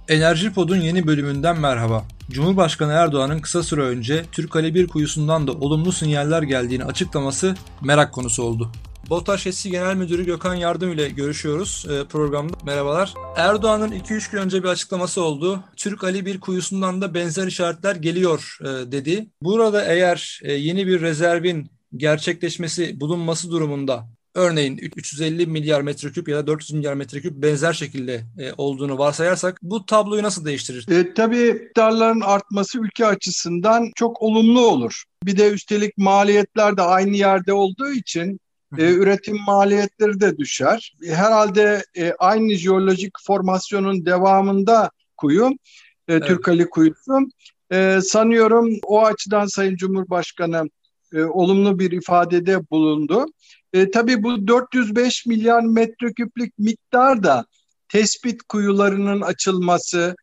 Enerji Pod'un yeni bölümünden merhaba. Cumhurbaşkanı Erdoğan'ın kısa süre önce Türk Ali 1 kuyusundan da olumlu sinyaller geldiğini açıklaması merak konusu oldu. BOTAŞ Eski Genel Müdürü Gökhan Yardım ile görüşüyoruz programda. Merhabalar. Erdoğan'ın 2-3 gün önce bir açıklaması oldu. Türk Ali 1 kuyusundan da benzer işaretler geliyor dedi. Burada eğer yeni bir rezervin gerçekleşmesi bulunması durumunda örneğin 350 milyar metreküp ya da 400 milyar metreküp benzer şekilde olduğunu varsayarsak bu tabloyu nasıl değiştirir? Tabii miktarların artması ülke açısından çok olumlu olur. Bir de üstelik maliyetler de aynı yerde olduğu için üretim maliyetleri de düşer. Herhalde aynı jeolojik formasyonun devamında kuyu, Evet. Türk Ali kuyusu. Sanıyorum o açıdan Sayın Cumhurbaşkanı olumlu bir ifadede bulundu. Tabii bu 405 milyar metreküplük miktar da tespit kuyularının açılması,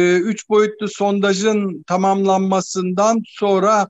3 boyutlu sondajın tamamlanmasından sonra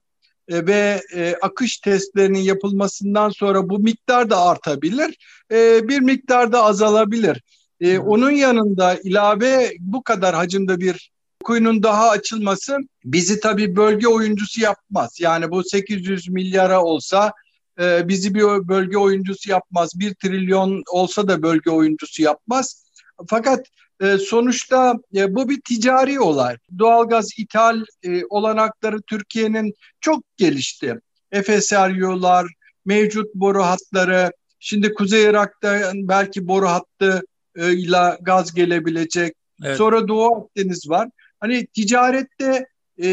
ve akış testlerinin yapılmasından sonra bu miktar da artabilir, bir miktar da azalabilir. Onun yanında ilave bu kadar hacimde bir kuyunun daha açılması bizi tabii bölge oyuncusu yapmaz. Yani bu 800 milyara olsa bizi bir bölge oyuncusu yapmaz. 1 trilyon olsa da bölge oyuncusu yapmaz. Fakat sonuçta bu bir ticari olay. Doğalgaz ithal olanakları Türkiye'nin çok gelişti. FSRU'lar, mevcut boru hatları, şimdi Kuzey Irak'tan belki boru hattıyla gaz gelebilecek. Evet. Sonra Doğu Akdeniz var. Hani ticarette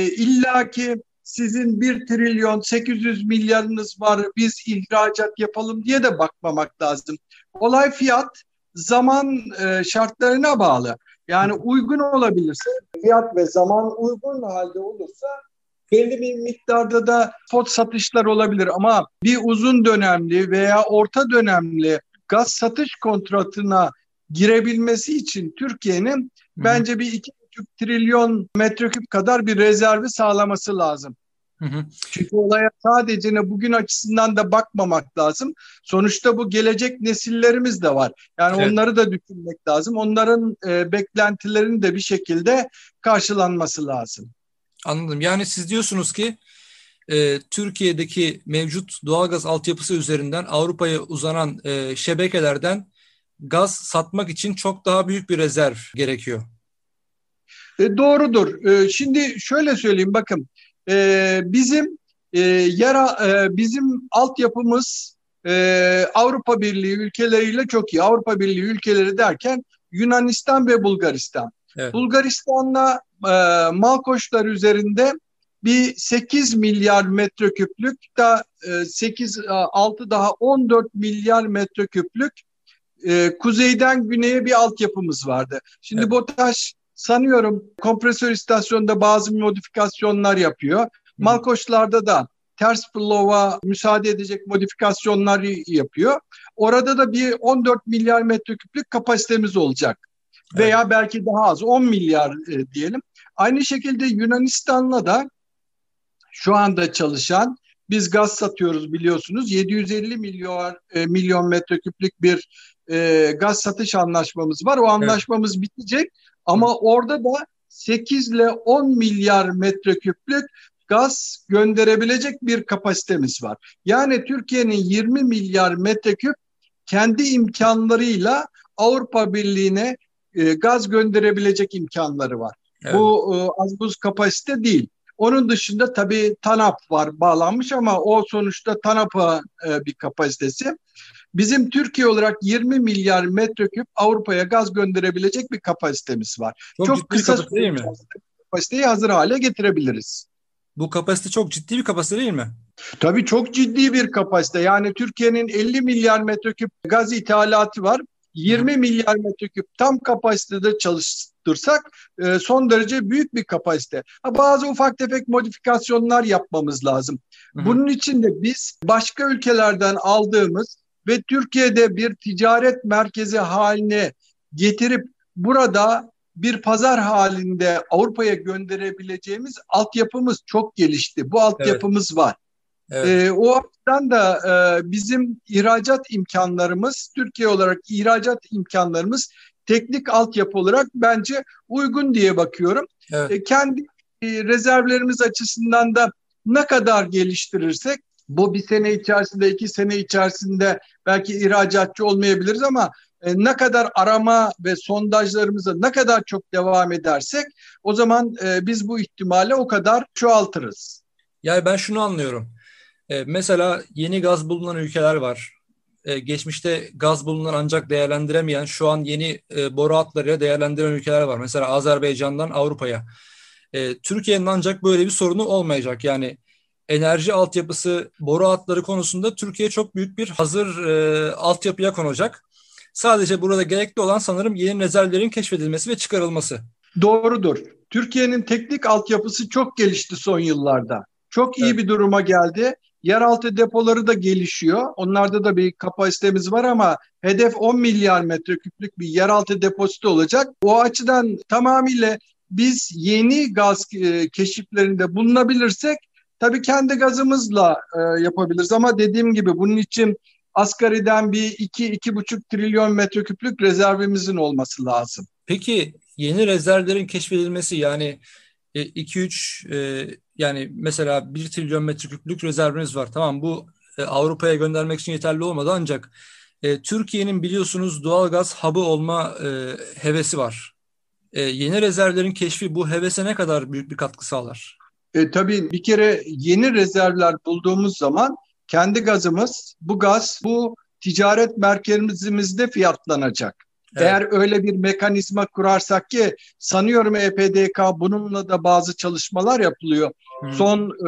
illaki sizin 1 trilyon 800 milyarınız var, biz ihracat yapalım diye de bakmamak lazım. Olay fiyat, zaman şartlarına bağlı. Yani uygun olabilirse, fiyat ve zaman uygun halde olursa belli bir miktarda da spot satışlar olabilir. Ama bir uzun dönemli veya orta dönemli gaz satış kontratına girebilmesi için Türkiye'nin bence bir 2,5 trilyon metreküp kadar bir rezervi sağlaması lazım. Çünkü olaya sadece bugün açısından da bakmamak lazım. Sonuçta bu gelecek nesillerimiz de var. Yani Evet. onları da düşünmek lazım. Onların beklentilerinin de bir şekilde karşılanması lazım. Anladım. Yani siz diyorsunuz ki Türkiye'deki mevcut doğalgaz altyapısı üzerinden Avrupa'ya uzanan şebekelerden gaz satmak için çok daha büyük bir rezerv gerekiyor. Doğrudur. Şimdi şöyle söyleyeyim, bakın bizim bizim altyapımız Avrupa Birliği ülkeleriyle çok iyi. Avrupa Birliği ülkeleri derken Yunanistan ve Bulgaristan. Evet. Bulgaristan'la Malkoçlar üzerinde bir 8 milyar metreküplük da 6 daha 14 milyar metreküplük kuzeyden güneye bir altyapımız vardı. Şimdi Evet. BOTAŞ sanıyorum kompresör istasyonunda bazı modifikasyonlar yapıyor. Malkoçlar'da da ters flow'a müsaade edecek modifikasyonlar yapıyor. Orada da bir 14 milyar metreküplük kapasitemiz olacak. Evet. Veya belki daha az 10 milyar diyelim. Aynı şekilde Yunanistan'la da şu anda çalışan, biz gaz satıyoruz biliyorsunuz, 750 milyon metreküplük bir gaz satış anlaşmamız var. O anlaşmamız bitecek ama orada da 8 ile 10 milyar metreküplük gaz gönderebilecek bir kapasitemiz var. Yani Türkiye'nin 20 milyar metreküp kendi imkanlarıyla Avrupa Birliği'ne gaz gönderebilecek imkanları var. Evet. Bu az buz kapasite değil. Onun dışında tabii TANAP var bağlanmış ama o sonuçta TANAP'a bir kapasitesi. Bizim Türkiye olarak 20 milyar metreküp Avrupa'ya gaz gönderebilecek bir kapasitemiz var. Çok ciddi Çok bir kısa kapasite değil mi? sürede kapasiteyi hazır hale getirebiliriz. Bu kapasite çok ciddi bir kapasite değil mi? Tabii çok ciddi bir kapasite. Yani Türkiye'nin 50 milyar metreküp gaz ithalatı var. 20 milyar metreküp tam kapasitede çalıştırsak son derece büyük bir kapasite. Bazı ufak tefek modifikasyonlar yapmamız lazım. Bunun için de biz başka ülkelerden aldığımız ve Türkiye'de bir ticaret merkezi haline getirip burada bir pazar halinde Avrupa'ya gönderebileceğimiz altyapımız çok gelişti. Bu altyapımız var. Evet. O açıdan da bizim ihracat imkanlarımız, Türkiye olarak ihracat imkanlarımız teknik altyapı olarak bence uygun diye bakıyorum. Evet. Kendi rezervlerimiz açısından da ne kadar geliştirirsek, bu bir sene içerisinde, 2 sene içerisinde belki ihracatçı olmayabiliriz ama ne kadar arama ve sondajlarımıza ne kadar çok devam edersek o zaman biz bu ihtimali o kadar çoğaltırız. Yani ben şunu anlıyorum. Mesela yeni gaz bulunan ülkeler var. Geçmişte gaz bulunan ancak değerlendiremeyen, şu an yeni boru hatlarıyla değerlendiren ülkeler var. Mesela Azerbaycan'dan Avrupa'ya. Türkiye'nin ancak böyle bir sorunu olmayacak. Yani enerji altyapısı, boru hatları konusunda Türkiye çok büyük bir hazır altyapıya konacak. Sadece burada gerekli olan sanırım yeni rezervlerin keşfedilmesi ve çıkarılması. Doğrudur. Türkiye'nin teknik altyapısı çok gelişti son yıllarda. Çok iyi Evet. bir duruma geldi. Yeraltı depoları da gelişiyor. Onlarda da bir kapasitemiz var ama hedef 10 milyar metreküplük bir yeraltı depozito olacak. O açıdan tamamıyla biz yeni gaz keşiflerinde bulunabilirsek tabii kendi gazımızla yapabiliriz. Ama dediğim gibi bunun için asgariden bir 2-2,5 trilyon metreküplük rezervimizin olması lazım. Peki yeni rezervlerin keşfedilmesi, yani 2-3, yani mesela 1 trilyon metreküplük rezerviniz var. Tamam, bu Avrupa'ya göndermek için yeterli olmadı, ancak Türkiye'nin biliyorsunuz doğalgaz hub'ı olma hevesi var. Yeni rezervlerin keşfi bu hevese ne kadar büyük bir katkı sağlar? Tabii bir kere yeni rezervler bulduğumuz zaman kendi gazımız, bu gaz bu ticaret merkezimizde fiyatlanacak. Evet. Eğer öyle bir mekanizma kurarsak ki sanıyorum EPDK bununla da bazı çalışmalar yapılıyor. Hı hı.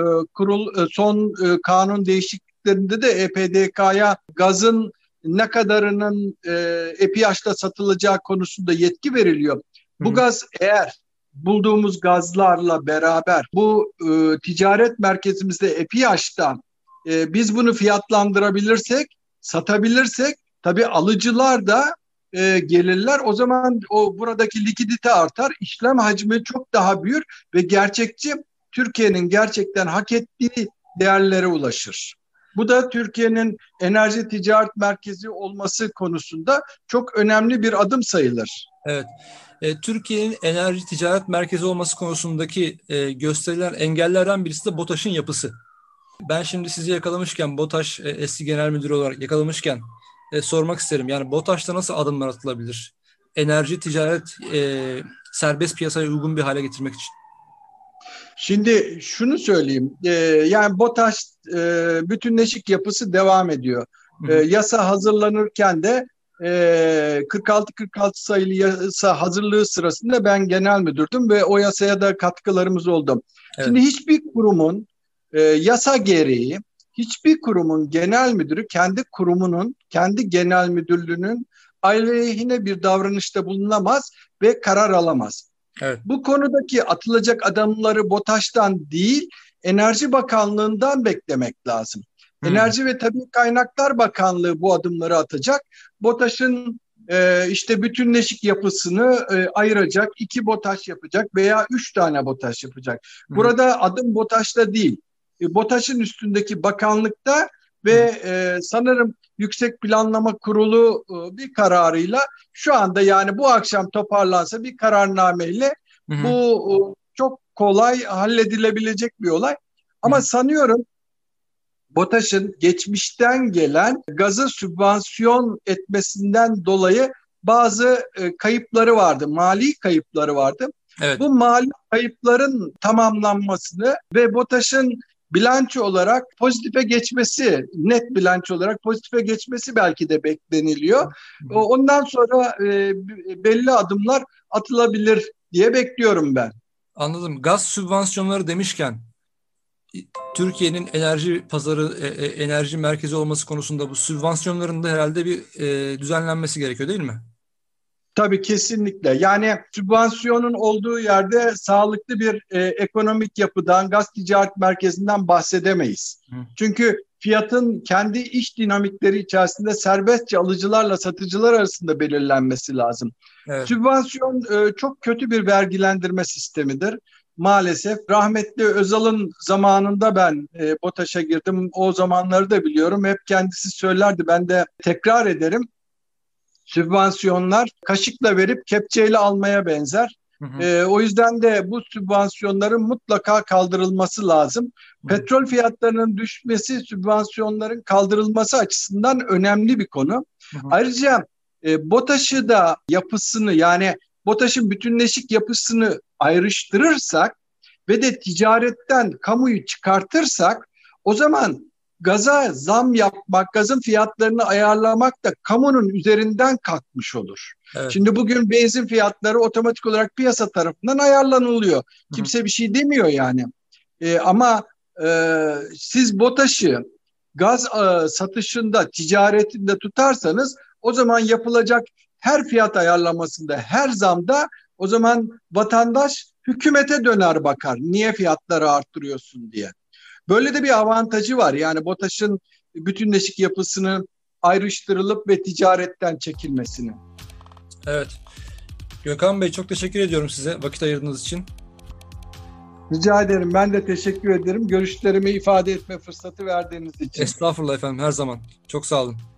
Son kanun değişikliklerinde de EPDK'ya gazın ne kadarının EPİH'ta satılacağı konusunda yetki veriliyor. Hı Bu hı. gaz eğer bulduğumuz gazlarla beraber bu ticaret merkezimizde EPİH'ta biz bunu fiyatlandırabilirsek, satabilirsek tabii alıcılar da gelirler. O zaman o buradaki likidite artar, işlem hacmi çok daha büyür ve gerçekçi Türkiye'nin gerçekten hak ettiği değerlere ulaşır. Bu da Türkiye'nin enerji ticaret merkezi olması konusunda çok önemli bir adım sayılır. Evet. Türkiye'nin enerji ticaret merkezi olması konusundaki gösterilen engellerden birisi de BOTAŞ'ın yapısı. Ben şimdi sizi yakalamışken, BOTAŞ eski genel müdürü olarak yakalamışken sormak isterim. Yani BOTAŞ'ta nasıl adımlar atılabilir? Enerji ticaret serbest piyasaya uygun bir hale getirmek için. Şimdi şunu söyleyeyim, yani BOTAŞ bütünleşik yapısı devam ediyor. Hı hı. Yasa hazırlanırken de 46-46 sayılı yasa hazırlığı sırasında ben genel müdürdüm ve o yasaya da katkılarımız oldu. Evet. Şimdi hiçbir kurumun yasa gereği hiçbir kurumun genel müdürü kendi kurumunun, kendi genel müdürlüğünün aleyhine bir davranışta bulunamaz ve karar alamaz. Evet. Bu konudaki atılacak adımları BOTAŞ'tan değil, Enerji Bakanlığı'ndan beklemek lazım. Hı. Enerji ve Tabii Kaynaklar Bakanlığı bu adımları atacak. BOTAŞ'ın işte bütünleşik yapısını ayıracak, 2 BOTAŞ yapacak veya 3 tane BOTAŞ yapacak. Hı hı. Burada adım BOTAŞ'ta değil, BOTAŞ'ın üstündeki bakanlıkta ve sanırım Yüksek Planlama Kurulu bir kararıyla şu anda, yani bu akşam toparlansa bir kararnameyle Hı hı. bu çok kolay halledilebilecek bir olay. Hı Ama hı. sanıyorum BOTAŞ'ın geçmişten gelen gazı sübvansiyon etmesinden dolayı bazı kayıpları vardı, mali kayıpları vardı. Evet. Bu mali kayıpların tamamlanmasını ve BOTAŞ'ın bilanço olarak pozitife geçmesi, net bilanço olarak pozitife geçmesi belki de bekleniliyor. Hı hı. Ondan sonra belli adımlar atılabilir diye bekliyorum ben. Anladım. Gaz sübvansiyonları demişken, Türkiye'nin enerji pazarı, enerji merkezi olması konusunda bu sübvansiyonların da herhalde bir düzenlenmesi gerekiyor, değil mi? Tabii kesinlikle. Yani sübvansiyonun olduğu yerde sağlıklı bir ekonomik yapıdan, gaz ticaret merkezinden bahsedemeyiz. Hı. Çünkü fiyatın kendi iç dinamikleri içerisinde serbestçe alıcılarla satıcılar arasında belirlenmesi lazım. Evet. Sübvansiyon çok kötü bir vergilendirme sistemidir. Maalesef rahmetli Özal'ın zamanında ben BOTAŞ'a girdim. O zamanları da biliyorum. Hep kendisi söylerdi. Ben de tekrar ederim. sübvansiyonlar kaşıkla verip kepçeyle almaya benzer. Hı hı. O yüzden de bu sübvansiyonların mutlaka kaldırılması lazım. Hı hı. Petrol fiyatlarının düşmesi sübvansiyonların kaldırılması açısından önemli bir konu. Hı hı. Ayrıca BOTAŞ'ı da yapısını, yani BOTAŞ'ın bütünleşik yapısını ayrıştırırsak ve de ticaretten kamuyu çıkartırsak, o zaman gaza zam yapmak, gazın fiyatlarını ayarlamak da kamunun üzerinden kalkmış olur. Evet. Şimdi bugün benzin fiyatları otomatik olarak piyasa tarafından ayarlanılıyor. Hı hı. Kimse bir şey demiyor yani. Ama siz BOTAŞ'ı gaz satışında, ticaretinde tutarsanız, o zaman yapılacak her fiyat ayarlamasında, her zamda, o zaman vatandaş hükümete döner bakar. Niye fiyatları arttırıyorsun diye. Böyle de bir avantajı var. Yani BOTAŞ'ın bütünleşik yapısının ayrıştırılıp ve ticaretten çekilmesini. Evet. Gökhan Bey, çok teşekkür ediyorum size vakit ayırdığınız için. Rica ederim. Ben de teşekkür ederim. Görüşlerimi ifade etme fırsatı verdiğiniz için. Estağfurullah efendim, her zaman. Çok sağ olun.